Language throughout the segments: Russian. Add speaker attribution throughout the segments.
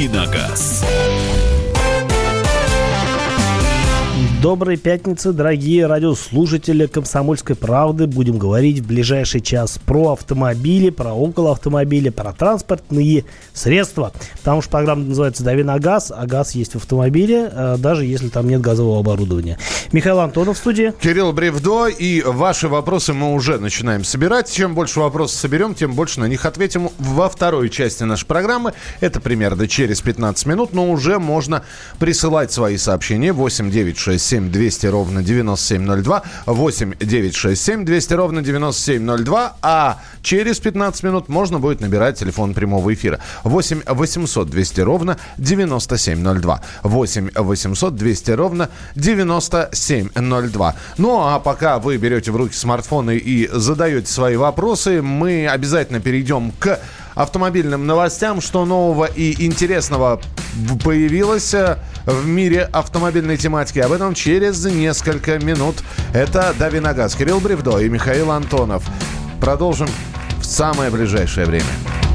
Speaker 1: «Давиногаз».
Speaker 2: Доброй пятницы, дорогие радиослушатели «Комсомольской правды». Будем говорить в ближайший час про автомобили, про околоавтомобили, про транспортные средства. Потому что программа называется «Дави на газ», а газ есть в автомобиле, даже если там нет газового оборудования. Михаил Антонов в студии.
Speaker 3: Кирилл Бревдо. И ваши вопросы мы уже начинаем собирать. Чем больше вопросов соберем, тем больше на них ответим во второй части нашей программы. Это примерно через 15 минут, но уже можно присылать свои сообщения. 8-967-200-97-02, 8-967-200-97-02, а через 15 минут можно будет набирать телефон прямого эфира. 8-800-200-97-02, 8-800-200-97-02. Ну, а пока вы берете в руки смартфоны и задаете свои вопросы, мы обязательно перейдем к автомобильным новостям, что нового и интересного появилось в мире автомобильной тематики. Об этом через несколько минут. Это «Дави на газ». Кирилл Бревдо и Михаил Антонов. Продолжим в самое ближайшее время.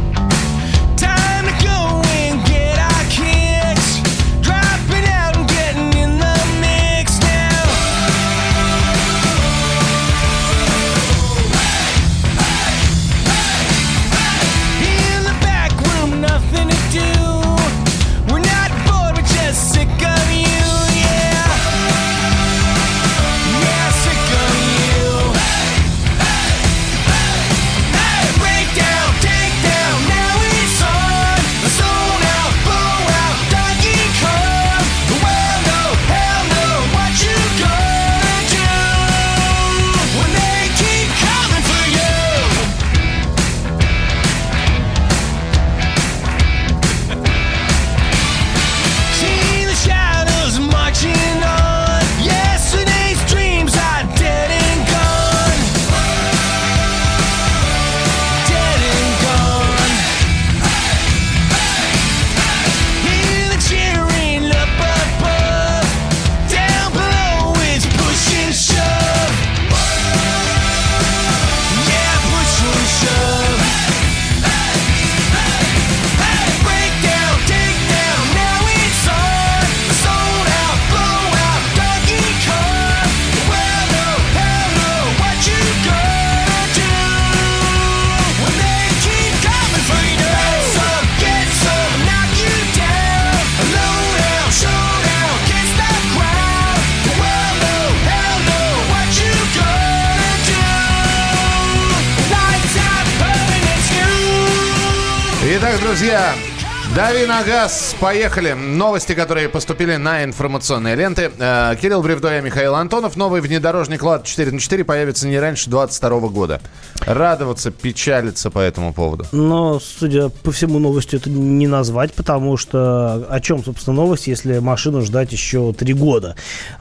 Speaker 3: Итак, друзья, «Дави на газ». Поехали. Новости, которые поступили на информационные ленты. Кирилл Бревдо и Михаил Антонов. Новый внедорожник «Лада 4х4» появится не раньше 2022 года. Радоваться, печалиться по этому поводу.
Speaker 2: Но, судя по всему, новостью это не назвать, потому что о чем, собственно, новость, если машину ждать еще 3 года?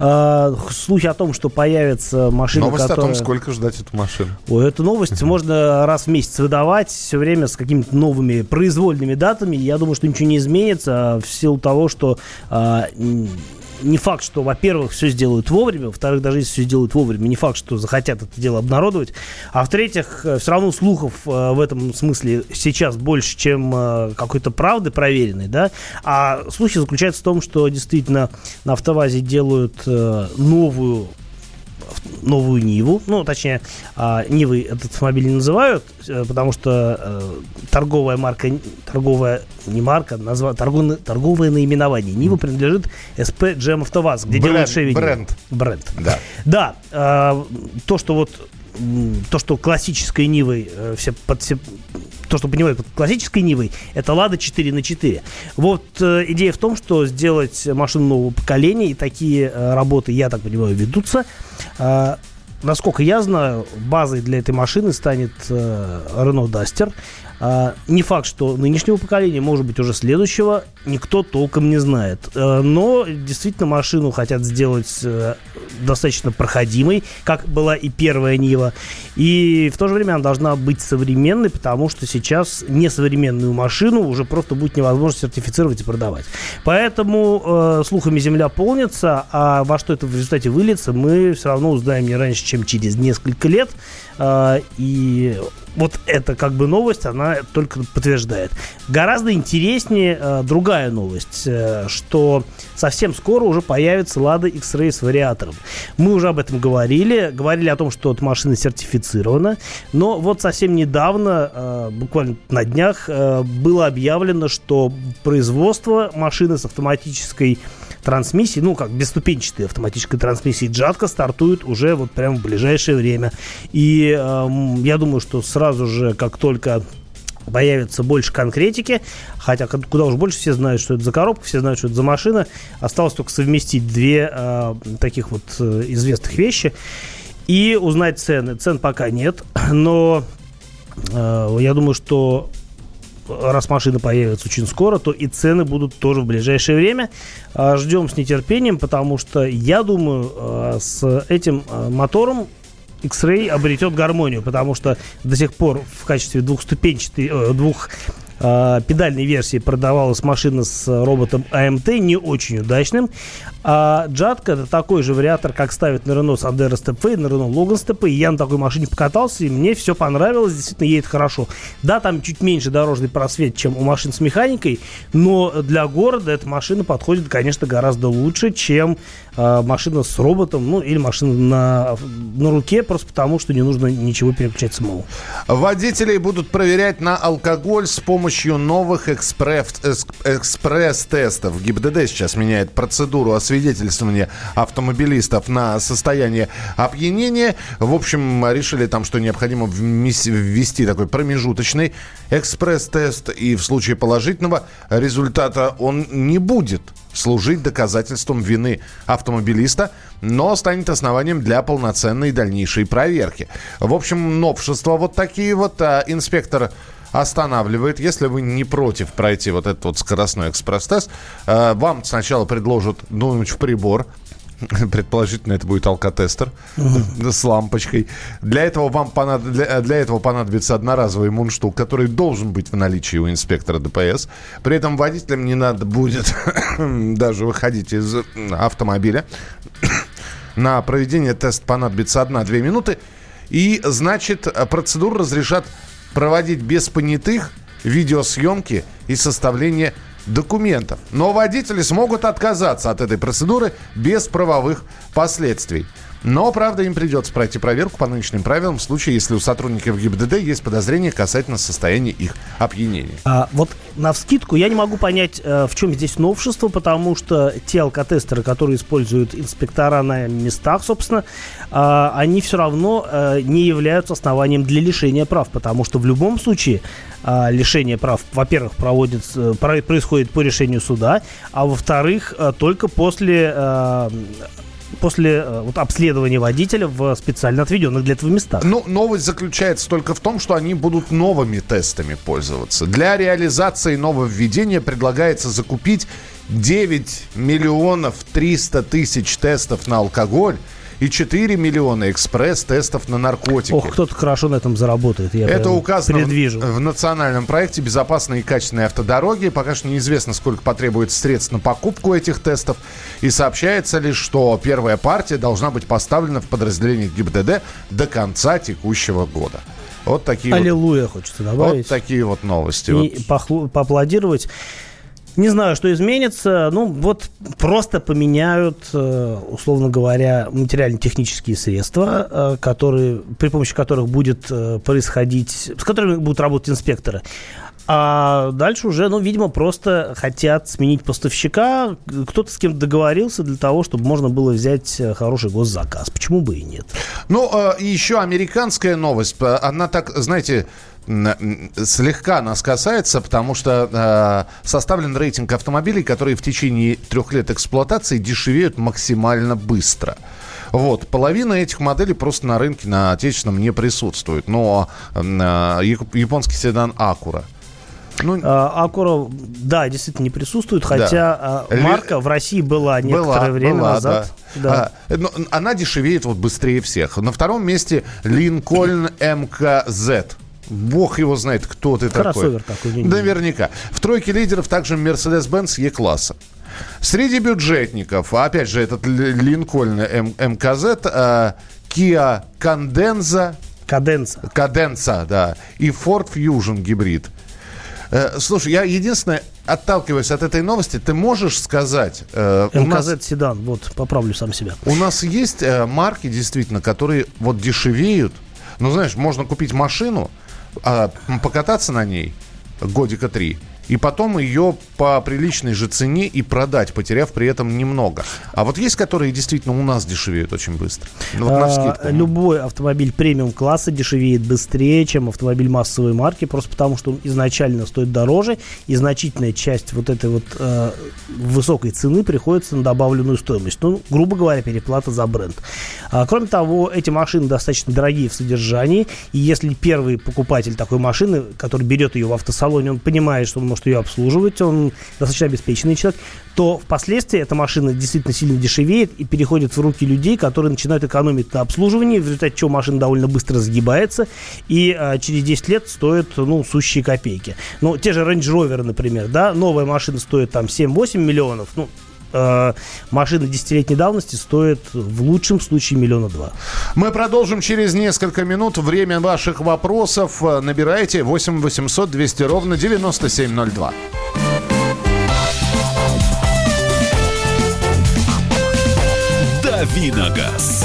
Speaker 2: Слухи о том, что появится машина,
Speaker 3: новость
Speaker 2: которая...
Speaker 3: о том, сколько ждать эту машину.
Speaker 2: Ой, эту новость можно раз в месяц выдавать, все время с какими-то новыми произвольными датами. Я думаю, что ничего не изменится в силу того, что не факт, что, во-первых, все сделают вовремя, во-вторых, даже если все сделают вовремя, не факт, что захотят это дело обнародовать, а в-третьих, все равно слухов в этом смысле сейчас больше, чем какой-то правды проверенной, да, а слухи заключаются в том, что действительно на АвтоВАЗе делают новую Ниву, ну, точнее, Нивы этот автомобиль не называют, потому что торговое наименование Нивы принадлежит СП GM АвтоВАЗ, где делают Chevy. Бренд. Да. То, что классической Нивой то, что понимают под классической Нивой, это Лада 4х4. Вот идея в том, что сделать машину нового поколения, и такие работы, я так понимаю, ведутся. Насколько я знаю, базой для этой машины станет Renault Duster. Не факт, что нынешнего поколения, может быть, уже следующего, никто толком не знает. Но действительно машину хотят сделать достаточно проходимой, как была и первая Нива. И в то же время она должна быть современной, потому что сейчас несовременную машину уже просто будет невозможно сертифицировать и продавать. Поэтому слухами земля полнится, а во что это в результате выльется, мы все равно узнаем не раньше, чем через несколько лет. И вот эта как бы новость, она она только подтверждает. Гораздо интереснее другая новость, что совсем скоро уже появится Lada X-Ray с вариатором. Мы уже об этом говорили о том, что эта машина сертифицирована, но вот совсем недавно, буквально на днях, было объявлено, что производство машины с автоматической трансмиссией, ну как бесступенчатой автоматической трансмиссией Джатка стартует уже вот прямо в ближайшее время. И я думаю, что сразу же, как только появится больше конкретики, хотя куда уж больше, все знают, что это за коробка, все знают, что это за машина, осталось только совместить две таких вот известных вещи и узнать цены. Цен пока нет, но я думаю, что раз машина появится очень скоро, то и цены будут тоже в ближайшее время. Ждем с нетерпением, потому что, я думаю, с этим мотором X-Ray обретет гармонию, потому что до сих пор в качестве двухпедальной версии продавалась машина с роботом AMT не очень удачным. А Джатка — это такой же вариатор, как ставят на Renault Sandero Stepway, на Renault Logan Stepway. Я на такой машине покатался, и мне все понравилось, действительно едет хорошо. Да, там чуть меньше дорожный просвет, чем у машин с механикой, но для города эта машина подходит, конечно, гораздо лучше, чем машина с роботом, ну, или машина на руке, просто потому, что не нужно ничего переключать самому.
Speaker 3: Водителей будут проверять на алкоголь с помощью новых экспресс-тестов. ГИБДД сейчас меняет процедуру освидетельствования автомобилистов на состояние опьянения. В общем, решили там, что необходимо ввести такой промежуточный экспресс-тест, и в случае положительного результата он не будет служить доказательством вины автомобилиста, но станет основанием для полноценной дальнейшей проверки. В общем, новшества вот такие вот. Инспектор останавливает. Если вы не против пройти вот этот вот скоростной экспресс-тест, вам сначала предложат дунуть в прибор. Предположительно, это будет алкотестер с лампочкой. Для этого понадобится одноразовый мундштук, который должен быть в наличии у инспектора ДПС. При этом водителям не надо будет даже выходить из автомобиля. На проведение теста понадобится 1-2 минуты. И, значит, процедуру разрешат проводить без понятых, видеосъемки и составления документов. Но водители смогут отказаться от этой процедуры без правовых последствий. Но, правда, им придется пройти проверку по нынешним правилам в случае, если у сотрудников ГИБДД есть подозрения касательно состояния их опьянения.
Speaker 2: Вот навскидку я не могу понять, в чем здесь новшество, потому что те алкотестеры, которые используют инспектора на местах, собственно, они все равно не являются основанием для лишения прав, потому что в любом случае лишение прав, во-первых, происходит по решению суда, а во-вторых, только после обследования водителя в специально отведенных для этого местах.
Speaker 3: Ну, новость заключается только в том, что они будут новыми тестами пользоваться. Для реализации нововведения предлагается закупить 9 миллионов 300 тысяч тестов на алкоголь и 4 миллиона экспресс-тестов на наркотики.
Speaker 2: Ох, кто-то хорошо на этом заработает.
Speaker 3: Это указано в национальном проекте «Безопасные и качественные автодороги». Пока что неизвестно, сколько потребуется средств на покупку этих тестов. И сообщается лишь, что первая партия должна быть поставлена в подразделениях ГИБДД до конца текущего года. Вот такие
Speaker 2: Аллилуйя, хочется добавить.
Speaker 3: Вот такие вот новости.
Speaker 2: И поаплодировать. Не знаю, что изменится. Ну, вот просто поменяют, условно говоря, материально-технические средства, при помощи которых будет происходить, с которыми будут работать инспекторы. А дальше уже, видимо, просто хотят сменить поставщика. Кто-то с кем-то договорился для того, чтобы можно было взять хороший госзаказ. Почему бы и нет?
Speaker 3: Ну, еще американская новость. Она так, знаете, слегка нас касается, потому что составлен рейтинг автомобилей, которые в течение 3 лет эксплуатации дешевеют максимально быстро. Вот, половина этих моделей просто на рынке, на отечественном, не присутствует. Но японский седан Acura.
Speaker 2: Acura, да, действительно не присутствует, хотя марка в России была некоторое время назад.
Speaker 3: Да. Но она дешевеет быстрее всех. На втором месте Lincoln MKZ. Бог его знает, кто ты
Speaker 2: Кроссовер
Speaker 3: такой. Наверняка. В тройке лидеров также Mercedes-Benz E-класса. Среди бюджетников, опять же, этот Lincoln MKZ, Kia Cadenza, Каденца, да. И Ford Fusion гибрид. Слушай, я единственное, отталкиваясь от этой новости, ты можешь сказать...
Speaker 2: МКЗ седан, вот, поправлю сам себя.
Speaker 3: У нас есть марки, действительно, которые вот дешевеют. Ну, знаешь, можно купить машину, покататься на ней годика 3, и потом ее по приличной же цене и продать, потеряв при этом немного. А вот есть, которые действительно у нас дешевеют очень быстро.
Speaker 2: Любой автомобиль премиум-класса дешевеет быстрее, чем автомобиль массовой марки, просто потому что он изначально стоит дороже, и значительная часть вот этой вот высокой цены приходится на добавленную стоимость. Ну, грубо говоря, переплата за бренд. Кроме того, эти машины достаточно дорогие в содержании, и если первый покупатель такой машины, который берет ее в автосалоне, он понимает, что он может ее обслуживать, он достаточно обеспеченный человек, то впоследствии эта машина действительно сильно дешевеет и переходит в руки людей, которые начинают экономить на обслуживании, в результате чего машина довольно быстро сгибается и через 10 лет стоит, сущие копейки. Ну, те же Range Rover, например, да, новая машина стоит там 7-8 миллионов, машина 10-летней давности стоит в лучшем случае 1,2 миллиона.
Speaker 3: Мы продолжим через несколько минут. Время ваших вопросов. Набирайте 8 800 200 ровно 9702.
Speaker 1: Давиногаз.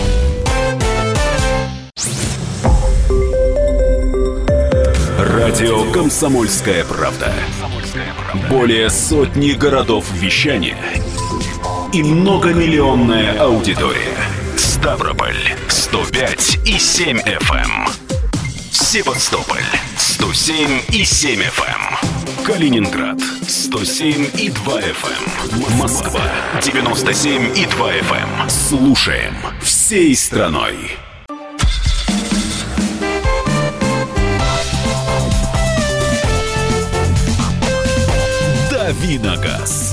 Speaker 1: Радио «Комсомольская правда». Более сотни городов вещания и многомиллионная аудитория. Ставрополь 105,7 FM. Севастополь 107,7 FM. Калининград 107,2 FM. Москва 97,2 FM. Слушаем всей страной. Давиногаз.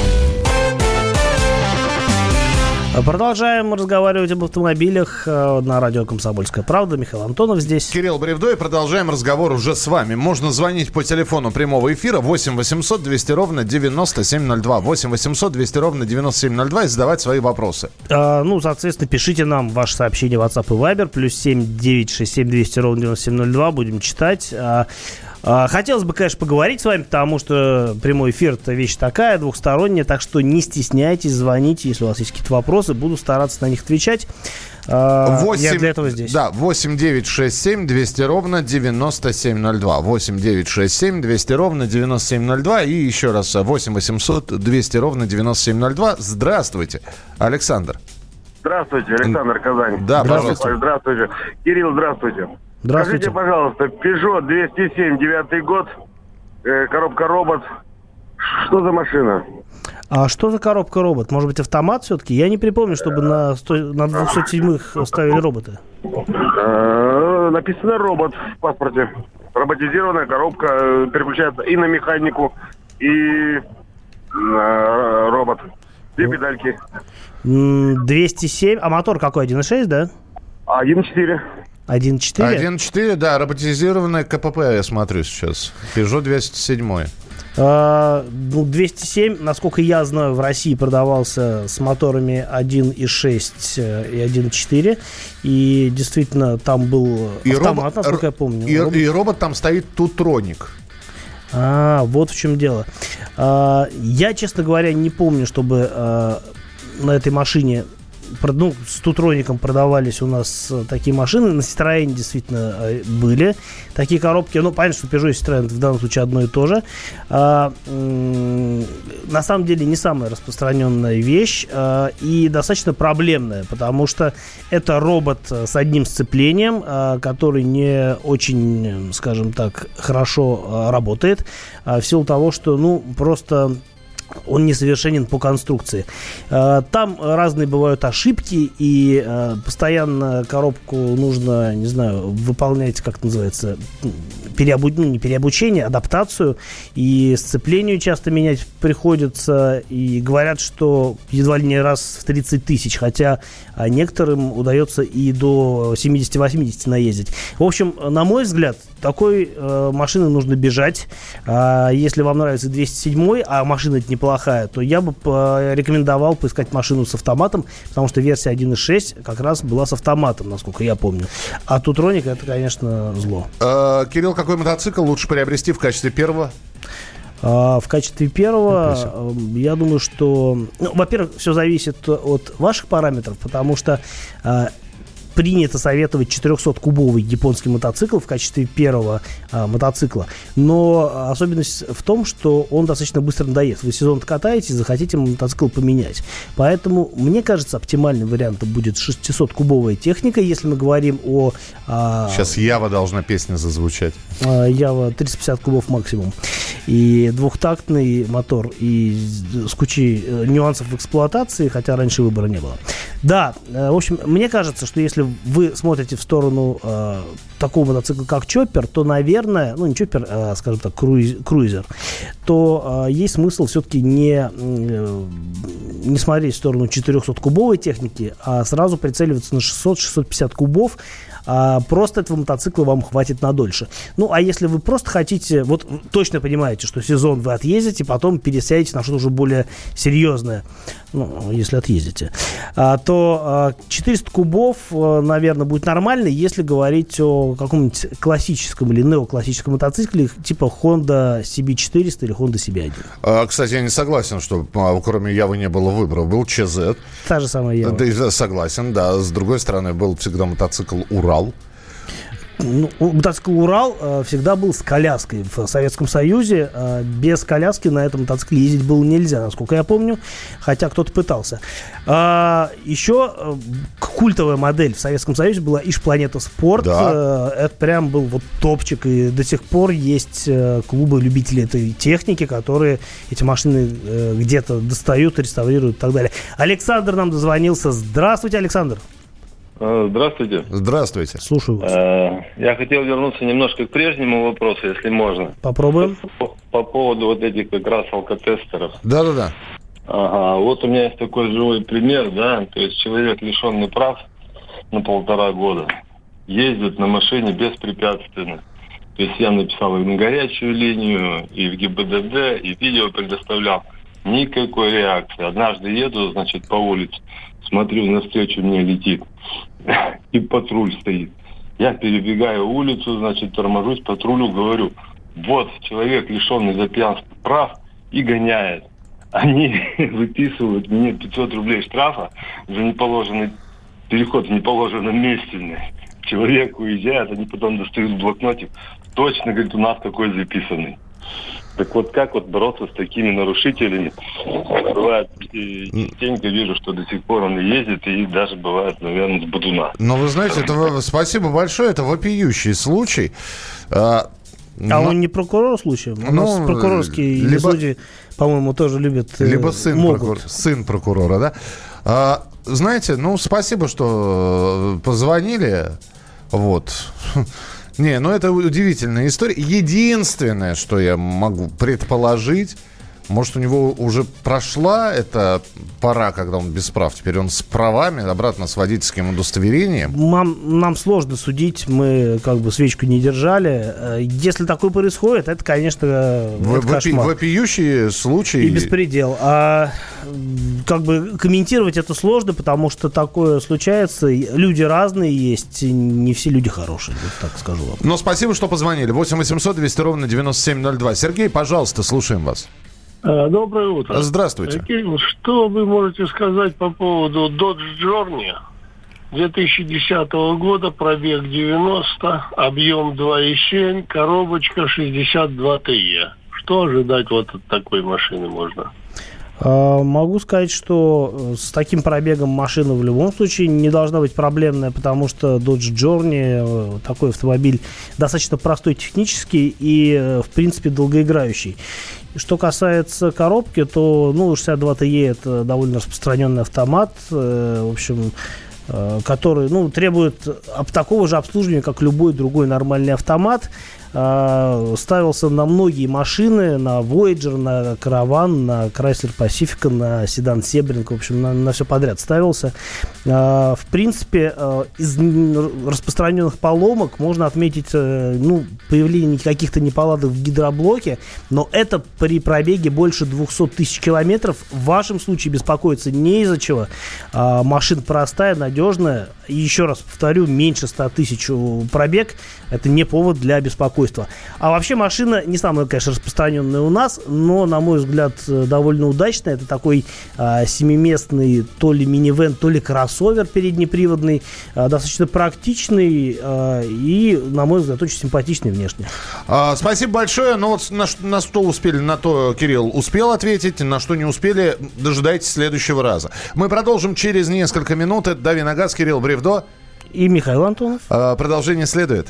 Speaker 2: Продолжаем разговаривать об автомобилях на радио «Комсомольская правда». Михаил Антонов здесь.
Speaker 3: Кирилл Бревдо, и продолжаем разговор уже с вами. Можно звонить по телефону прямого эфира 8 800 200 ровно 9702. 8 800 200 ровно 9702 и задавать свои вопросы.
Speaker 2: Соответственно, пишите нам ваши сообщения в WhatsApp и Viber. +7 967 200 ровно 9702. Будем читать. Хотелось бы, конечно, поговорить с вами, потому что прямой эфир – это вещь такая, двухсторонняя, так что не стесняйтесь, звоните, если у вас есть какие-то вопросы, буду стараться на них отвечать.
Speaker 3: 8,
Speaker 2: я для этого здесь.
Speaker 3: Да, 8 967 200 ровно 9702. 8 967 200 ровно 9702. И еще раз 8 800 200 ровно 9702. Здравствуйте, Александр.
Speaker 4: Здравствуйте, Александр, Казань.
Speaker 3: Да, пожалуйста.
Speaker 4: Здравствуйте. Кирилл, здравствуйте.
Speaker 2: Здравствуйте.
Speaker 4: Скажите, пожалуйста, Peugeot 207, 9 год, коробка робот. Что за машина?
Speaker 2: А что за коробка робот? Может быть, автомат все-таки? Я не припомню, чтобы на 207-х ставили роботы.
Speaker 4: Написано робот в паспорте. Роботизированная коробка, переключается и на механику, и на робот. Две педальки.
Speaker 2: 207. А мотор какой? 1.6, да?
Speaker 4: 1.4.
Speaker 2: 1.4?
Speaker 3: 1.4, да, роботизированная КПП, я смотрю сейчас. Peugeot 207.
Speaker 2: 207, насколько я знаю, в России продавался с моторами 1.6 и 1.4. И действительно, там был автомат, насколько я помню.
Speaker 3: И робот там стоит Тутрonic.
Speaker 2: Вот в чем дело. Я, честно говоря, не помню, чтобы на этой машине с Тутроником продавались у нас такие машины. На Citroёn действительно были такие коробки. Понятно, что Peugeot и Citroёn в данном случае одно и то же. На самом деле не самая распространенная вещь и достаточно проблемная, потому что это робот с одним сцеплением, который не очень, скажем так, хорошо работает в силу того, что, просто он несовершенен по конструкции. Там разные бывают ошибки, и постоянно коробку нужно, не знаю, выполнять, как это называется, не переобучение, адаптацию, и сцеплению часто менять приходится, и говорят, что едва ли не раз в 30 тысяч, хотя некоторым удается и до 70-80 наездить. В общем, на мой взгляд, такой машины нужно бежать. Если вам нравится 207, а машина это неплохая, то я бы рекомендовал поискать машину с автоматом, потому что версия 1.6 как раз была с автоматом, насколько я помню. А Тутрonic это, конечно, зло.
Speaker 3: Кирилл, какой мотоцикл лучше приобрести в качестве первого?
Speaker 2: В качестве первого, я думаю, что... Ну, во-первых, все зависит от ваших параметров, потому что принято советовать 400-кубовый японский мотоцикл в качестве первого мотоцикла. Но особенность в том, что он достаточно быстро надоест. Вы сезон катаетесь, захотите мотоцикл поменять. Поэтому, мне кажется, оптимальным вариантом будет 600-кубовая техника, если мы говорим о...
Speaker 3: Сейчас Ява должна песня зазвучать.
Speaker 2: Ява 350 кубов максимум. И двухтактный мотор, и с кучей нюансов в эксплуатации, хотя раньше выбора не было. Да, в общем, мне кажется, что если вы смотрите в сторону такого мотоцикла, как Чоппер, то, наверное, ну не Чоппер, а, скажем так, круизер, то есть смысл все-таки не смотреть в сторону 400-кубовой техники, а сразу прицеливаться на 600-650 кубов. Просто этого мотоцикла вам хватит надольше. Ну, а если вы просто хотите, вот точно понимаете, что сезон вы отъездите, потом пересядете на что-то уже более серьезное, ну, если отъездите, то 400 кубов, наверное, будет нормально, если говорить о каком-нибудь классическом или неоклассическом мотоцикле, типа Honda CB400 или Honda CB1.
Speaker 3: Кстати, я не согласен, что кроме Явы не было выбора. Был ЧЗ.
Speaker 2: Та же самая Ява.
Speaker 3: Да, согласен, да. С другой стороны, был всегда мотоцикл Урал.
Speaker 2: Ну, мотоцикл Урал всегда был с коляской в Советском Союзе. Без коляски на этом мотоцикле ездить было нельзя, насколько я помню, хотя кто-то пытался. Еще культовая модель в Советском Союзе была Иж-Планета Спорт. Да. Это прям был вот топчик, и до сих пор есть клубы любителей этой техники, которые эти машины где-то достают, реставрируют и так далее. Александр нам дозвонился. Здравствуйте, Александр.
Speaker 5: Здравствуйте.
Speaker 3: Здравствуйте.
Speaker 2: Слушаю вас.
Speaker 5: Я хотел вернуться немножко к прежнему вопросу, если можно.
Speaker 2: Попробуем.
Speaker 5: По поводу вот этих как раз алкотестеров.
Speaker 3: Да-да-да.
Speaker 5: Ага, вот у меня есть такой живой пример, да, то есть человек, лишенный прав на 1,5 года, ездит на машине беспрепятственно. То есть я написал и на горячую линию, и в ГИБДД, и видео предоставлял. Никакой реакции. Однажды еду, значит, по улице, смотрю, навстречу мне летит, и патруль стоит. Я перебегаю улицу, значит, торможусь, патрулю, говорю, вот человек, лишенный за пьянство прав, и гоняет. Они выписывают мне 500 рублей штрафа за неположенный переход в неположенном месте. Человек уезжает, они потом достают блокнотик. Точно, говорит, у нас такой записанный. Так вот, как вот бороться с такими нарушителями? Бывает, частенько вижу, что до сих пор он ездит, и даже бывает, наверное, с бодуна.
Speaker 3: Но вы знаете, это, спасибо большое, это вопиющий случай.
Speaker 2: Он не прокурор случаем? У нас прокурорские люди, по-моему, тоже любят.
Speaker 3: Либо сын прокурора, да? Знаете, спасибо, что позвонили. Вот. Не, это удивительная история. Единственное, что я могу предположить, может, у него уже прошла эта пора, когда он без прав. Теперь он с правами, обратно с водительским удостоверением.
Speaker 2: Нам сложно судить, мы как бы свечку не держали. Если такое происходит, это, конечно, кошмар.
Speaker 3: Вопиющий случай.
Speaker 2: И беспредел. Как бы комментировать это сложно, потому что такое случается. Люди разные есть, не все люди хорошие, вот так скажу вам.
Speaker 3: Но спасибо, что позвонили. 8 800 200 ровно 9702. Сергей, пожалуйста, слушаем вас.
Speaker 6: Доброе утро.
Speaker 3: Здравствуйте.
Speaker 6: Что вы можете сказать по поводу Dodge Journey 2010 года, пробег 90, объем 2,7, коробочка 62 ТЕ? Что ожидать вот от такой машины можно?
Speaker 2: Могу сказать, что с таким пробегом машина в любом случае не должна быть проблемная, потому что Dodge Journey такой автомобиль достаточно простой технически и, в принципе, долгоиграющий. Что касается коробки, то 62 ТЕ это довольно распространенный автомат, в общем, который требует такого же обслуживания, как любой другой нормальный автомат. ставился на многие машины, на Voyager, на Caravan, на Chrysler Pacifica, на седан Sebring, в общем, на все подряд ставился. В принципе, из распространенных поломок можно отметить появление каких-то неполадок в гидроблоке, но это при пробеге больше 200 тысяч километров. В вашем случае беспокоиться не из-за чего. Машина простая, надежная. И еще раз повторю, меньше 100 тысяч пробег – это не повод для беспокойства. А вообще машина не самая, конечно, распространенная у нас, но, на мой взгляд, довольно удачная. Это такой семиместный то ли минивэн, то ли кроссовер переднеприводный, достаточно практичный и, на мой взгляд, очень симпатичный внешне.
Speaker 3: Спасибо большое. Ну вот на что успели, на то Кирилл успел ответить, на что не успели, дожидайтесь следующего раза. Мы продолжим через несколько минут. Это «Дави на газ», Кирилл Бревдо
Speaker 2: и Михаил Антонов.
Speaker 3: Продолжение следует.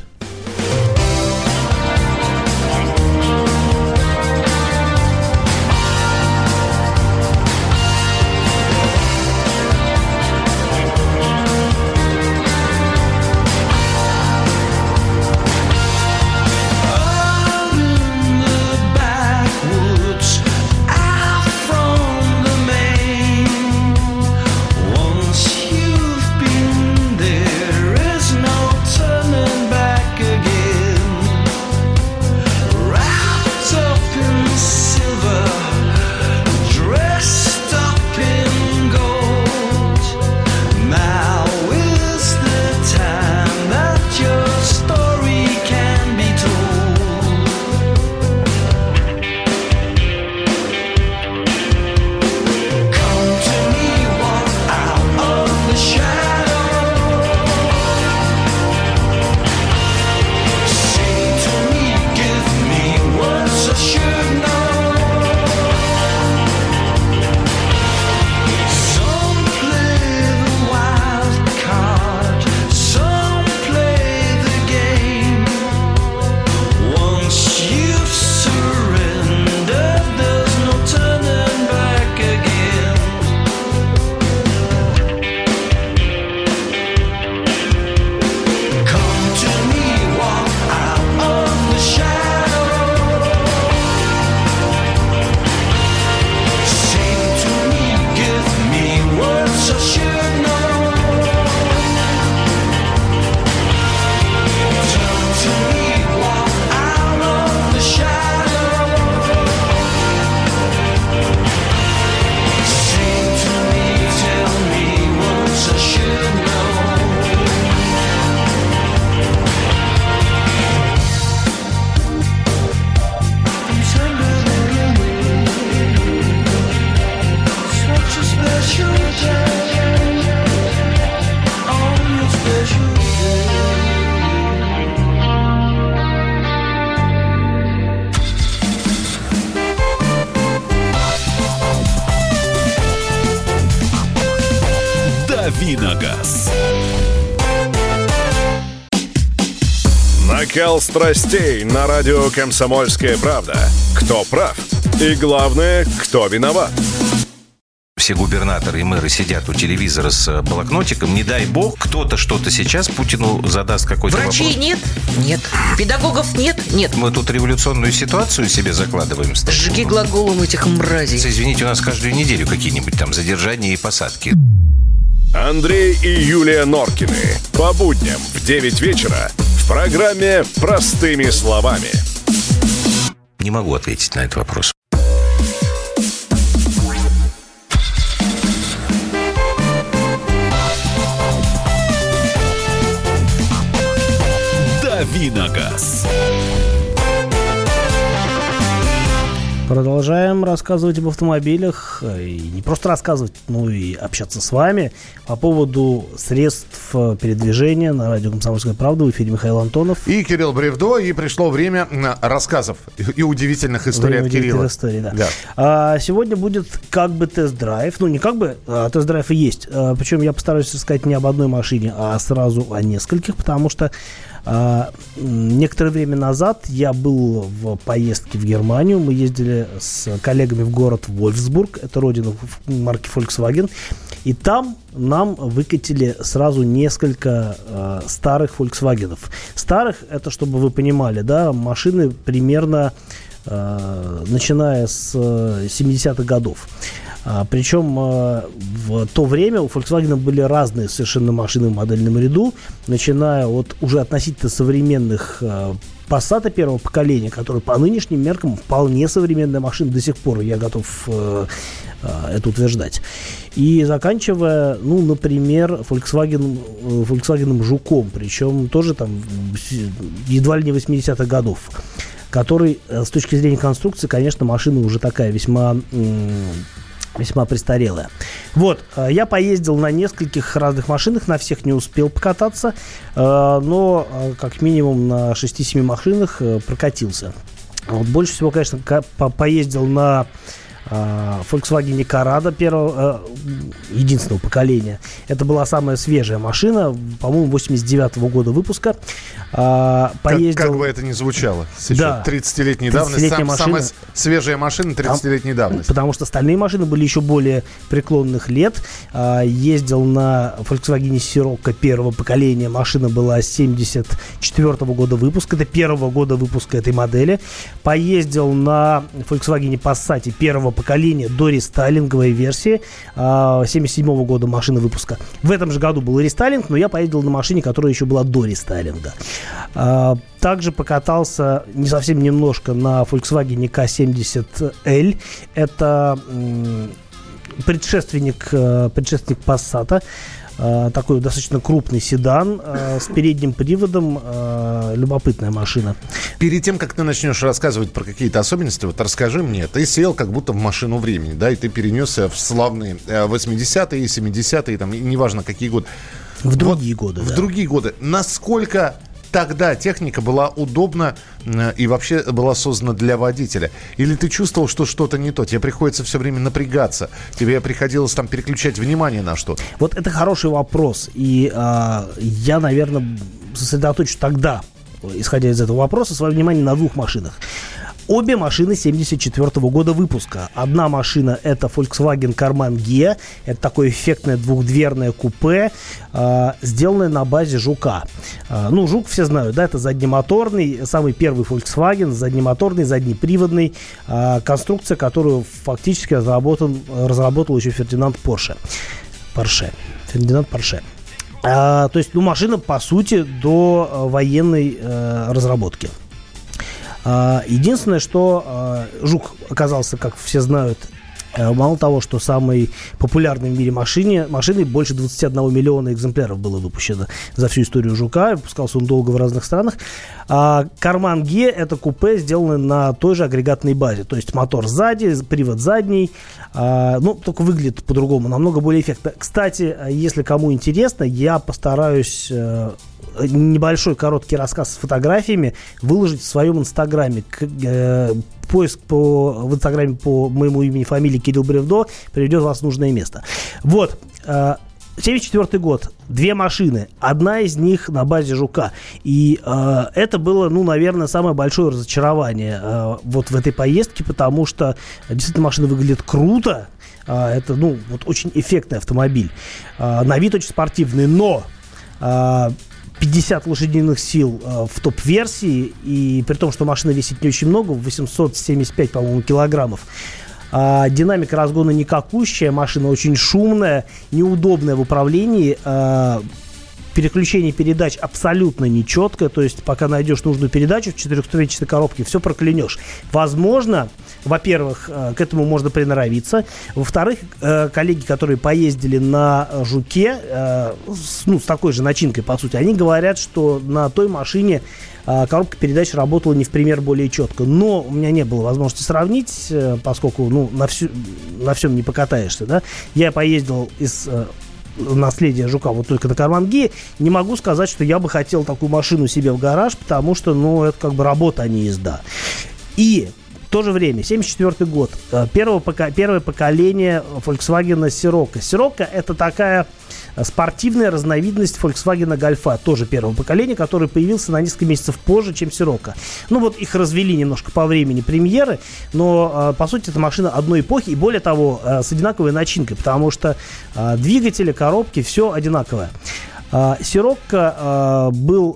Speaker 1: Давиногаз.
Speaker 7: Накал страстей на радио «Комсомольская правда». Кто прав? И главное, кто виноват?
Speaker 8: Все губернаторы и мэры сидят у телевизора с блокнотиком. Не дай бог, кто-то что-то сейчас Путину задаст какой-то вопрос.
Speaker 9: Врачей нет? Нет. Педагогов нет? Нет.
Speaker 8: Мы тут революционную ситуацию себе закладываем.
Speaker 9: Сжги глаголом этих мразей.
Speaker 8: Извините, у нас каждую неделю какие-нибудь там задержания и посадки.
Speaker 7: Андрей и Юлия Норкины. По будням в 9 вечера в программе «Простыми словами».
Speaker 8: Не могу ответить на этот вопрос.
Speaker 1: Давиногаз.
Speaker 2: Продолжаем рассказывать об автомобилях. И не просто рассказывать, но и общаться с вами по поводу средств передвижения на радио «Комсомольская правда». В эфире Михаил Антонов.
Speaker 3: И Кирилл Бревдо. И пришло время рассказов и удивительных историй от Кирилла.
Speaker 2: Истории, да. Да. Сегодня будет как бы тест-драйв. Ну, не как бы, а тест-драйв и есть. Причем я постараюсь рассказать не об одной машине, а сразу о нескольких, потому что некоторое время назад я был в поездке в Германию. Мы ездили поехали с коллегами в город Вольфсбург, это родина марки Volkswagen, и там нам выкатили сразу несколько старых Volkswagen'ов. Старых, это, чтобы вы понимали, да, машины примерно начиная с 70-х годов. Причем в то время у Volkswagen были разные совершенно машины в модельном ряду, начиная от уже относительно современных Passat первого поколения, который по нынешним меркам вполне современная машина до сих пор, я готов это утверждать. И заканчивая, ну, например, Volkswagen Жуком, причем тоже там едва ли не 80-х годов, который с точки зрения конструкции, конечно, машина уже такая весьма престарелая. Вот, я поездил на нескольких разных машинах, на всех не успел покататься, но как минимум на 6-7 машинах прокатился. Вот больше всего, конечно, поездил на Volkswagen Corrado единственного поколения. Это была самая свежая машина, по-моему, 89-го года выпуска.
Speaker 3: Поездил... Как бы это ни звучало.
Speaker 2: Да.
Speaker 3: 30-летней давности. Самая свежая машина 30-летней давности.
Speaker 2: Потому что остальные машины были еще более преклонных лет. Ездил на Volkswagen Sirocco первого поколения. Машина была 74-го года выпуска. Это первого года выпуска этой модели. Поездил на Volkswagen Passat первого поколения до рестайлинговой версии 77-го года машины выпуска. В этом же году был рестайлинг, но я поездил на машине, которая еще была до рестайлинга. Также покатался не совсем немножко на Volkswagen K70L. Это предшественник Passat. Такой достаточно крупный седан с передним приводом. Любопытная машина.
Speaker 3: Перед тем, как ты начнешь рассказывать про какие-то особенности, вот расскажи мне, ты сел как будто в машину времени, да, и ты перенесся в славные 80-е, 70-е, там, неважно какие годы.
Speaker 2: В другие годы,
Speaker 3: В другие годы. Насколько тогда техника была удобна и вообще была создана для водителя? Или ты чувствовал, что что-то не то? Тебе приходится все время напрягаться? Тебе приходилось там переключать внимание на что-то?
Speaker 2: Вот это хороший вопрос. И я, наверное, сосредоточу тогда, исходя из этого вопроса, свое внимание на двух машинах. Обе машины 74-го года выпуска. Одна машина – это Volkswagen Karmann Ghia. Это такое эффектное двухдверное купе, сделанное на базе Жука. Ну, Жук все знают, да, это заднемоторный, самый первый Volkswagen, заднемоторный, заднеприводный. Конструкция, которую фактически разработал еще Фердинанд Порше. Фердинанд Порше. То есть, ну, машина, по сути, до военной разработки. Единственное, что Жук оказался, как все знают, мало того, что самой популярной в мире машиной, больше 21 миллиона экземпляров было выпущено за всю историю Жука. Выпускался он долго в разных странах. Karmann Ghia – это купе, сделанное на той же агрегатной базе. То есть мотор сзади, привод задний. Ну, только выглядит по-другому, намного более эффектно. Кстати, если кому интересно, я постараюсь небольшой короткий рассказ с фотографиями выложить в своем инстаграме. Поиск в инстаграме по моему имени, фамилии Кирилл Бревдо приведет вас в нужное место. Вот. 74 год. Две машины. Одна из них на базе Жука. И это было, ну, наверное, самое большое разочарование вот в этой поездке, потому что действительно машина выглядит круто. Это, ну, вот очень эффектный автомобиль. На вид очень спортивный, но 50 лошадиных сил в топ-версии, и при том, что машина весит не очень много, 875, по-моему, килограммов. Динамика разгона никакущая, машина очень шумная, неудобная в управлении. Переключение передач абсолютно нечеткое, то есть пока найдешь нужную передачу в четырехступенчатой коробке, все проклянешь. Возможно, во-первых, к этому можно приноровиться. Во-вторых, коллеги, которые поездили на Жуке, с такой же начинкой, по сути, они говорят, что на той машине коробка передач работала не в пример более четко. Но у меня не было возможности сравнить, поскольку на всем не покатаешься. Да? Я поездил из наследия Жука вот только на Karmann Ghia. Не могу сказать, что я бы хотел такую машину себе в гараж, потому что, это как бы работа, а не езда. И то же время, 1974 год, первое поколение Volkswagen Sirocco. Sirocco — это такая спортивная разновидность Volkswagen Golf, тоже первого поколения, который появился на несколько месяцев позже, чем Sirocco. Ну вот их развели немножко по времени премьеры, но по сути это машина одной эпохи и более того с одинаковой начинкой, потому что двигатели, коробки, все одинаковое. Sirocco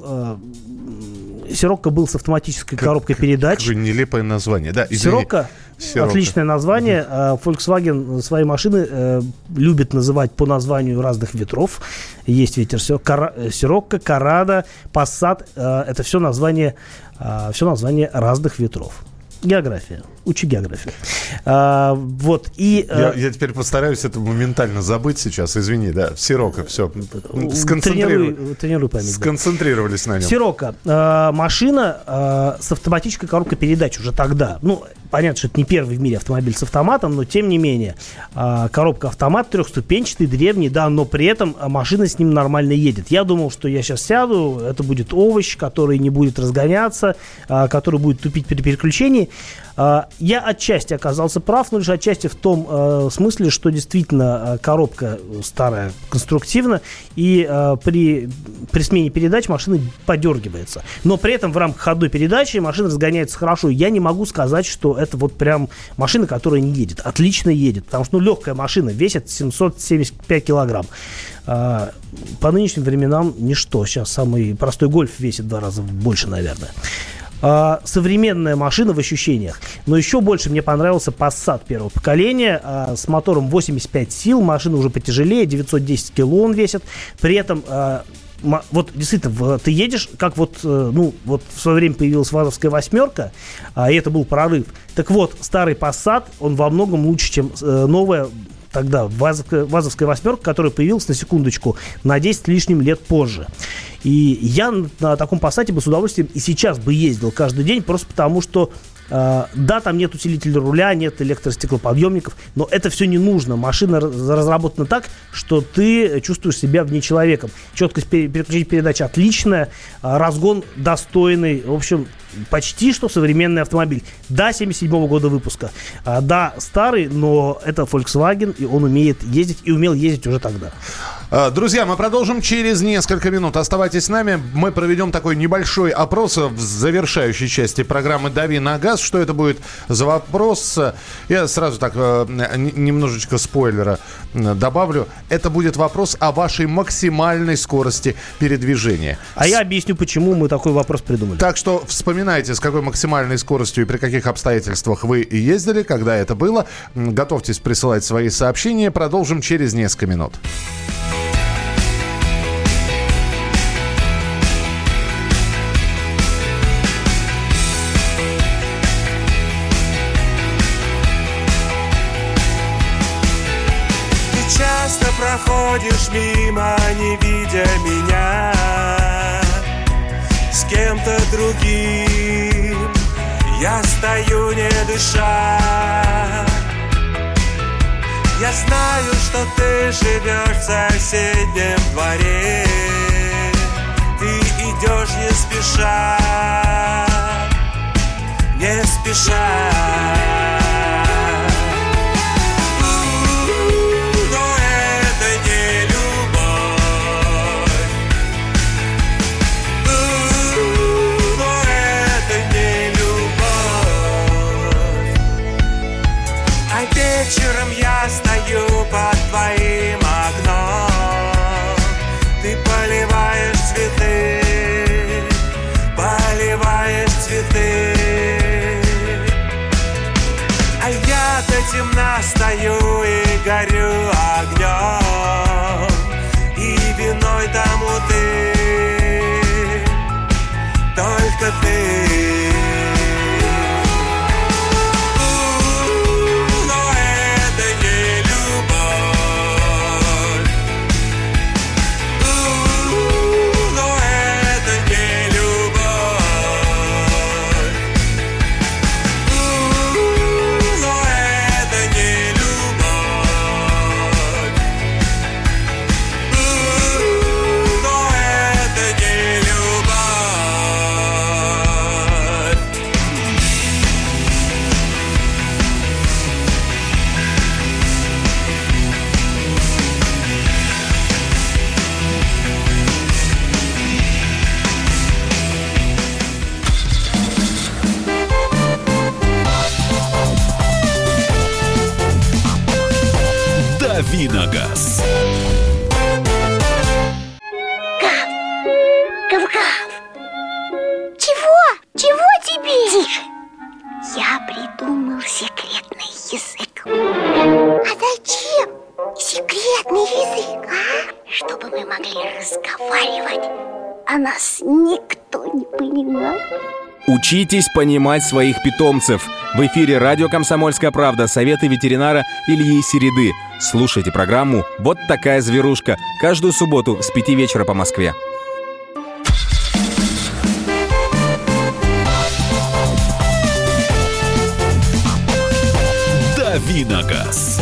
Speaker 2: был с автоматической коробкой передач.
Speaker 3: Какое нелепое название. Да,
Speaker 2: Sirocco. Отличное название. Volkswagen свои машины любит называть по названию разных ветров. Есть ветер Sirocco, Corrado, Passat. Это все название разных ветров. География. Учи географию. Вот. И,
Speaker 3: я теперь постараюсь это моментально забыть сейчас. Извини, да. Sirocco, все.
Speaker 2: Тренируй память.
Speaker 3: Сконцентрировались на нем.
Speaker 2: Sirocco. Машина с автоматической коробкой передач уже тогда. Ну, понятно, что это не первый в мире автомобиль с автоматом, но тем не менее. Коробка автомат, трехступенчатый, древний, да, но при этом машина с ним нормально едет. Я думал, что я сейчас сяду, это будет овощ, который не будет разгоняться, который будет тупить при переключении. Я отчасти оказался прав, но лишь отчасти в том смысле, что действительно коробка старая, конструктивна, и при смене передач машина подергивается. Но при этом в рамках одной передачи машина разгоняется хорошо. Я не могу сказать, что это вот прям машина, которая не едет. Отлично едет, потому что легкая машина весит 775 килограмм. По нынешним временам ничто. Сейчас самый простой гольф весит в 2 раза больше, наверное. Современная машина в ощущениях. Но еще больше мне понравился Passat первого поколения с мотором 85 сил. Машина уже потяжелее, 910 кило он весит. При этом вот действительно, ты едешь, как вот в свое время появилась ВАЗовская восьмерка, и это был прорыв. Так вот, старый Passat, он во многом лучше, чем новая тогда ВАЗовская восьмерка, которая появилась, на секундочку, на 10 лишним лет позже. И я на таком Passat'е бы с удовольствием и сейчас бы ездил каждый день, просто потому что да, там нет усилителя руля, нет электростеклоподъемников, но это все не нужно. Машина разработана так, что ты чувствуешь себя в ней человеком. Четкость переключения передач отличная, разгон достойный. В общем, почти что современный автомобиль. Да, 77 года выпуска. Да, старый, но это Volkswagen, и он умеет ездить и умел ездить уже тогда.
Speaker 3: Друзья, мы продолжим через несколько минут. Оставайтесь с нами. Мы проведем такой небольшой опрос в завершающей части программы «Дави на газ». Что это будет за вопрос? Я сразу так немножечко спойлера добавлю. Это будет вопрос о вашей максимальной скорости передвижения.
Speaker 2: А я объясню, почему мы такой вопрос придумали.
Speaker 3: Так что вспоминайте, с какой максимальной скоростью и при каких обстоятельствах вы ездили, когда это было. Готовьтесь присылать свои сообщения. Продолжим через несколько минут.
Speaker 10: Проходишь мимо, не видя меня, с кем-то другим. Я стою, не дыша. Я знаю, что ты живешь в соседнем дворе. Ты идешь не спеша, не спеша. Вечером я стою под твоим окном. Ты поливаешь цветы, поливаешь цветы. А я до темна стою и горю огнем. И виной тому ты, только ты.
Speaker 1: Давиногаз.
Speaker 11: Гав-гав. Чего тебе? Тише. Я придумал секретный язык. А зачем секретный язык, а? Чтобы мы могли разговаривать, а нас никто не понимал.
Speaker 12: Учитесь понимать своих питомцев. В эфире радио «Комсомольская правда». Советы ветеринара Ильи Середы. Слушайте программу «Вот такая зверушка» каждую субботу с 5 вечера по Москве.
Speaker 1: Давиногаз.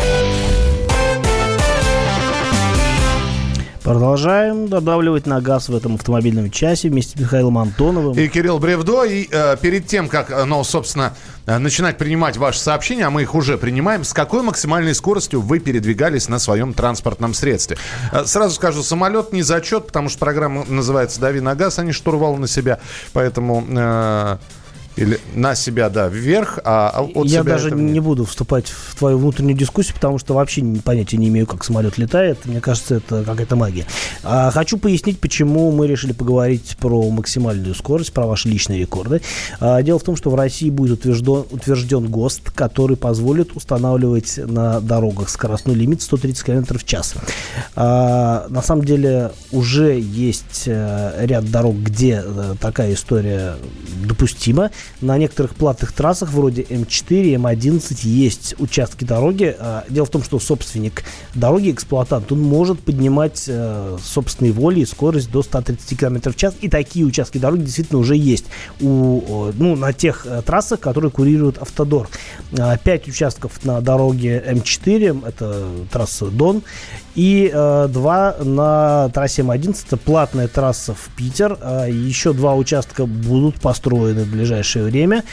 Speaker 2: Продолжаем додавливать на газ в этом автомобильном часе вместе с Михаилом Антоновым.
Speaker 3: И Кирилл Бревдо. И перед тем, как, собственно, начинать принимать ваши сообщения, а мы их уже принимаем, с какой максимальной скоростью вы передвигались на своем транспортном средстве? Сразу скажу, самолет не зачет, потому что программа называется «Дави на газ», а не «Штурвал на себя». Поэтому... Или на себя, да, вверх, а от
Speaker 2: Я
Speaker 3: себя...
Speaker 2: даже не буду вступать в твою внутреннюю дискуссию, потому что вообще понятия не имею, как самолет летает. Мне кажется, это какая-то магия. Хочу пояснить, почему мы решили поговорить про максимальную скорость, про ваши личные рекорды. Дело в том, что в России будет утвержден ГОСТ, который позволит устанавливать на дорогах скоростной лимит 130 км в час. На самом деле уже есть ряд дорог, где такая история допустима. На некоторых платных трассах, вроде М4, М11, есть участки дороги. Дело в том, что собственник дороги, эксплуатант, он может поднимать собственной волей скорость до 130 км в час. И такие участки дороги действительно уже есть на тех трассах, которые курирует Автодор. 5 участков на дороге М4, это трасса Дон, и 2 на трассе М11, это платная трасса в Питер. Еще 2 участка будут построены в ближайшее время.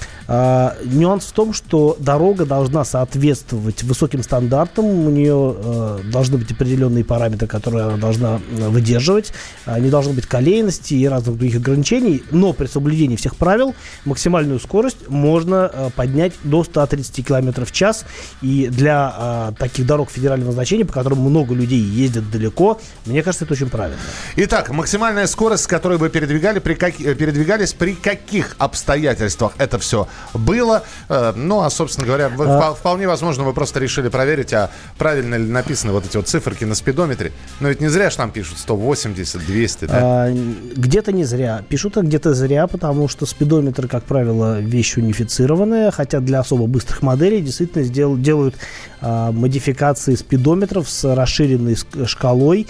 Speaker 2: Нюанс в том, что дорога должна соответствовать высоким стандартам, у нее должны быть определенные параметры, которые она должна выдерживать, не должно быть колейности и разных других ограничений, но при соблюдении всех правил максимальную скорость можно поднять до 130 км в час, и для таких дорог федерального значения, по которым много людей ездят далеко, мне кажется, это очень правильно.
Speaker 3: Итак, максимальная скорость, с которой вы передвигались, при каких обстоятельствах это все было. Собственно говоря, вполне возможно, вы просто решили проверить, а правильно ли написаны вот эти вот циферки на спидометре. Но ведь не зря же там пишут 180, 200, да?
Speaker 2: Где-то не зря пишут, а где-то зря, потому что спидометр, как правило, вещь унифицированная, хотя для особо быстрых моделей действительно делают модификации спидометров с расширенной шкалой.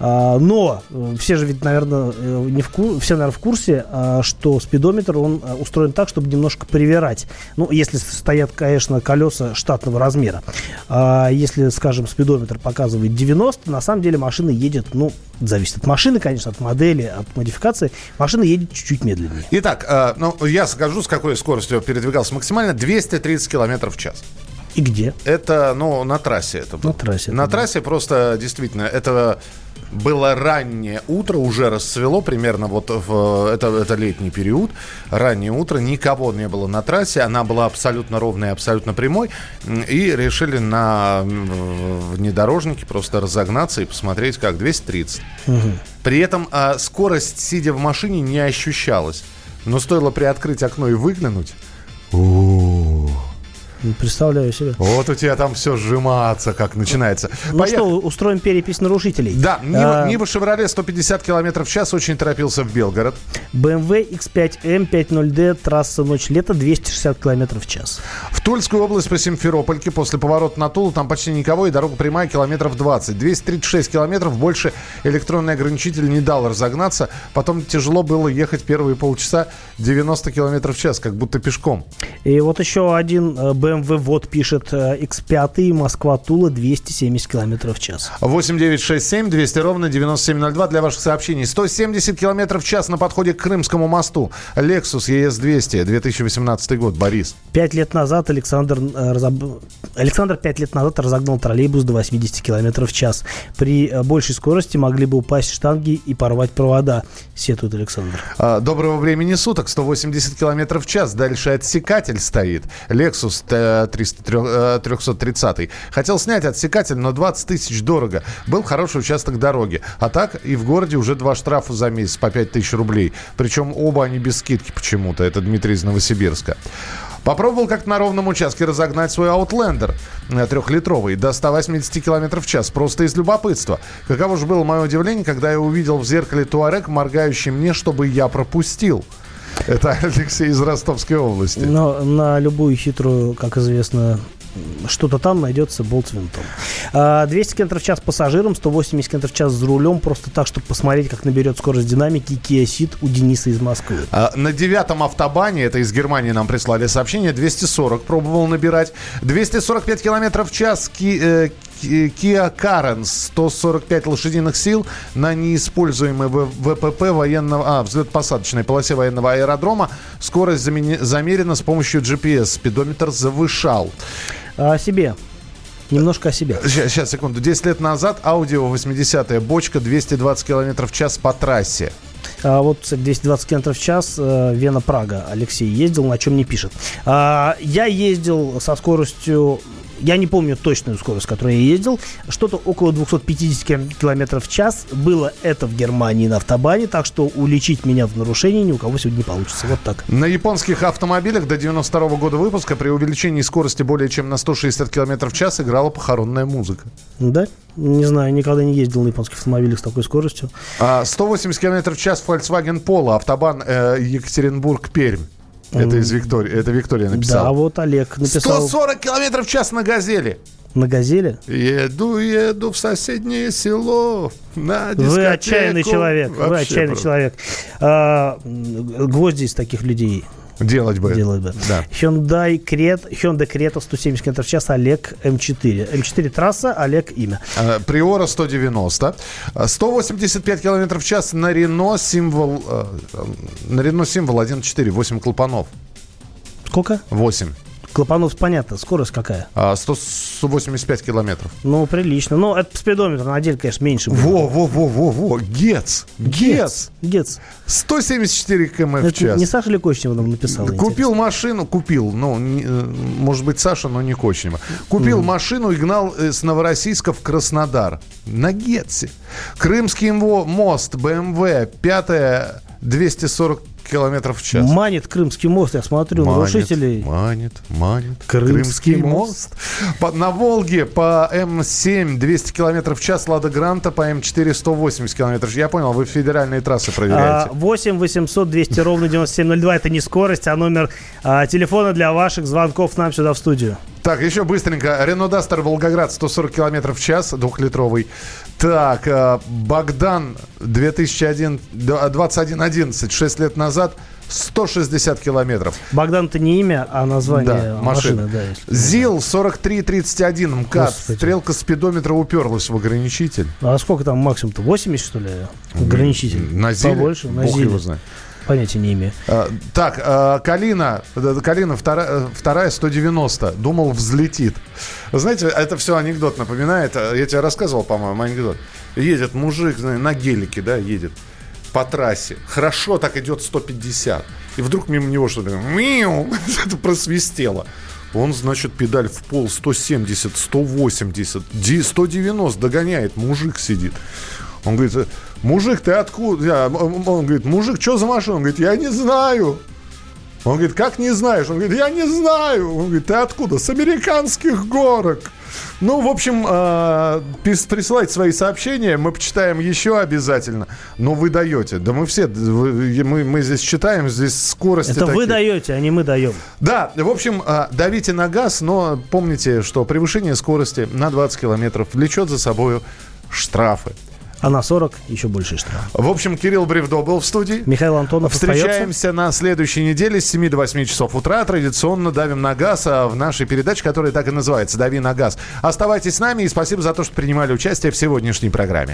Speaker 2: Но все же ведь, наверное, в курсе, что спидометр, он устроен так, чтобы немножко привирать. Если стоят, конечно, колеса штатного размера. Если, скажем, спидометр показывает 90, на самом деле машина едет, зависит от машины, конечно, от модели, от модификации, машина едет чуть-чуть медленнее.
Speaker 3: Итак, я скажу, с какой скоростью передвигался максимально. 230 км в час.
Speaker 2: И где?
Speaker 3: Это, на трассе это было. На трассе просто, действительно, это... Было раннее утро, уже расцвело примерно это летний период, раннее утро, никого не было на трассе, она была абсолютно ровной, абсолютно прямой, и решили на внедорожнике просто разогнаться и посмотреть, как 230. Угу. При этом скорость, сидя в машине, не ощущалась, но стоило приоткрыть окно и выглянуть.
Speaker 2: Представляю себе.
Speaker 3: Вот у тебя там все сжиматься, как начинается.
Speaker 2: Что, устроим перепись нарушителей.
Speaker 3: Да, Нива Chevrolet 150 км в час, очень торопился в Белгород.
Speaker 2: BMW X5M 50D, трасса ночь-лето, 260 км в час.
Speaker 3: В Тульскую область по Симферопольке, после поворота на Тулу, там почти никого, и дорога прямая, километров 20. 236 километров, больше электронный ограничитель не дал разогнаться. Потом тяжело было ехать первые полчаса, 90 км в час, как будто пешком.
Speaker 2: И вот еще один BMW пишет, X5, Москва-Тула, 270 км в час.
Speaker 3: 8 200 ровно 9702 для ваших сообщений. 170 км в час на подходе к Крымскому мосту. Lexus ES200, 2018 год, Борис.
Speaker 2: 5 лет назад Александр 5 лет назад разогнал троллейбус до 80 км в час. При большей скорости могли бы упасть штанги и порвать провода, сетует Александр.
Speaker 3: Доброго времени суток, 180 км в час. Дальше отсекатель стоит. Lexus 330. Хотел снять отсекатель, но 20 тысяч дорого. Был хороший участок дороги. А так и в городе уже 2 штрафа за месяц по 5 тысяч рублей. Причем оба они без скидки почему-то. Это Дмитрий из Новосибирска. Попробовал как-то на ровном участке разогнать свой Outlander 3-литровый до 180 км в час. Просто из любопытства. Каково же было мое удивление, когда я увидел в зеркале Туарек, моргающий мне, чтобы я пропустил. Это Алексей из Ростовской области.
Speaker 2: Но на любую хитрую, как известно, что-то там найдется болт с винтом. 200 км в час пассажирам, 180 км в час за рулем. Просто так, чтобы посмотреть, как наберет скорость динамики Kia Ceed у Дениса из Москвы.
Speaker 3: На 9-м автобане, это из Германии нам прислали сообщение, 240 пробовал набирать. 245 км в час Kia Carens, 145 лошадиных сил на неиспользуемой ВПП военного, взлет-посадочной полосе военного аэродрома. Скорость замерена с помощью GPS. Спидометр завышал.
Speaker 2: О себе. Немножко о себе.
Speaker 3: Сейчас, секунду. 10 лет назад Audi 80-я бочка, 220 км в час по трассе.
Speaker 2: Вот, кстати, 220 км в час, Вена-Прага. Алексей ездил, на чем не пишет. Я ездил со скоростью... Я не помню точную скорость, с которой я ездил. Что-то около 250 км в час. Было это в Германии на автобане. Так что уличить меня в нарушении ни у кого сегодня не получится. Вот так.
Speaker 3: На японских автомобилях до 92 года выпуска при увеличении скорости более чем на 160 км в час играла похоронная музыка.
Speaker 2: Да? Не знаю, никогда не ездил на японских автомобилях с такой скоростью.
Speaker 3: 180 км в час Volkswagen Polo. Автобан Екатеринбург-Пермь. Это из Виктории. Это Виктория написала.
Speaker 2: Да, вот Олег написал.
Speaker 3: 140 км в час на «Газели».
Speaker 2: На «Газели»?
Speaker 3: Еду в соседнее село на дискотеку.
Speaker 2: Вы отчаянный человек.
Speaker 3: Вообще
Speaker 2: вы отчаянный человек. Гвозди из таких людей.
Speaker 3: Делать бы.
Speaker 2: Да. Hyundai Creta 170 км в час, Олег М4. М4 трасса, Олег имя.
Speaker 3: Приора 190. 185 км в час на Renault Символ 1.4, 8 клапанов.
Speaker 2: Сколько?
Speaker 3: 8.
Speaker 2: Клапанов, понятно. Скорость какая?
Speaker 3: 185 километров.
Speaker 2: Ну, прилично. Но это спидометр на деле, конечно, меньше будет.
Speaker 3: Во. Гец. 174 км в час.
Speaker 2: Не Саша ли Кочнева нам написала?
Speaker 3: Купил машину, может быть, Саша, но не Кочнева. Купил машину и гнал с Новороссийска в Краснодар. На Гетсе. Крымский мост, BMW, 5-я, 240 километров в час.
Speaker 2: Манит Крымский мост, я смотрю, нарушителей.
Speaker 3: Манит.
Speaker 2: Крымский мост.
Speaker 3: На Волге по М7 200 километров в час, Лада Гранта по М4 180 километров. Я понял, вы федеральные трассы проверяете.
Speaker 2: 8 800 200 ровно 9702. Это не скорость, а номер телефона для ваших звонков нам сюда в студию.
Speaker 3: Так, еще быстренько. Рено Дастер Волгоград 140 километров в час, 2-литровый. Так, Богдан 2111, 6 лет назад, 160 километров.
Speaker 2: Богдан — это не имя, а название машины. Да,
Speaker 3: ЗИЛ 4331 МКАД. Стрелка спидометра уперлась в ограничитель.
Speaker 2: А сколько там максимум-то? 80, что ли? Ограничитель?
Speaker 3: На ЗИЛе?
Speaker 2: Побольше? На
Speaker 3: Бог
Speaker 2: ЗИЛе.
Speaker 3: его знает.
Speaker 2: Понятия не имею.
Speaker 3: Так, Калина вторая 190. Думал, взлетит. Знаете, это все анекдот напоминает. Я тебе рассказывал, по-моему, анекдот. Едет мужик на гелике, да, едет по трассе. Хорошо так идет 150. И вдруг мимо него что-то это просвистело. Он, значит, педаль в пол 170, 180, 190 догоняет. Мужик сидит. Он говорит: мужик, ты откуда? Он говорит: мужик, что за машина? Он говорит: я не знаю. Он говорит: как не знаешь? Он говорит: я не знаю. Он говорит: ты откуда? С американских горок. Ну, в общем, присылайте свои сообщения, мы почитаем еще обязательно. Но вы даете. Да мы все, мы здесь читаем, здесь скорости
Speaker 2: это
Speaker 3: такие.
Speaker 2: Вы даете, а не мы даем.
Speaker 3: Да, в общем, давите на газ, но помните, что превышение скорости на 20 километров влечет за собой штрафы.
Speaker 2: А на 40 еще больше штраф.
Speaker 3: В общем, Кирилл Бревдо был в студии.
Speaker 2: Михаил Антонов
Speaker 3: Встречаемся на следующей неделе с 7 до 8 часов утра. Традиционно давим на газ в нашей передаче, которая так и называется «Дави на газ». Оставайтесь с нами и спасибо за то, что принимали участие в сегодняшней программе.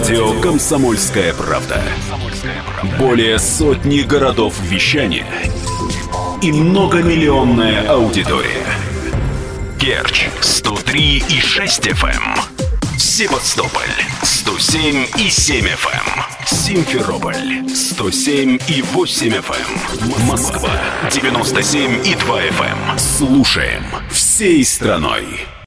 Speaker 1: Радио «Комсомольская правда». Более сотни городов вещания и многомиллионная аудитория. Керчь 103,6 FM. Севастополь 107,7 FM. Симферополь 107,8 FM. Москва 97,2 FM. Слушаем всей страной.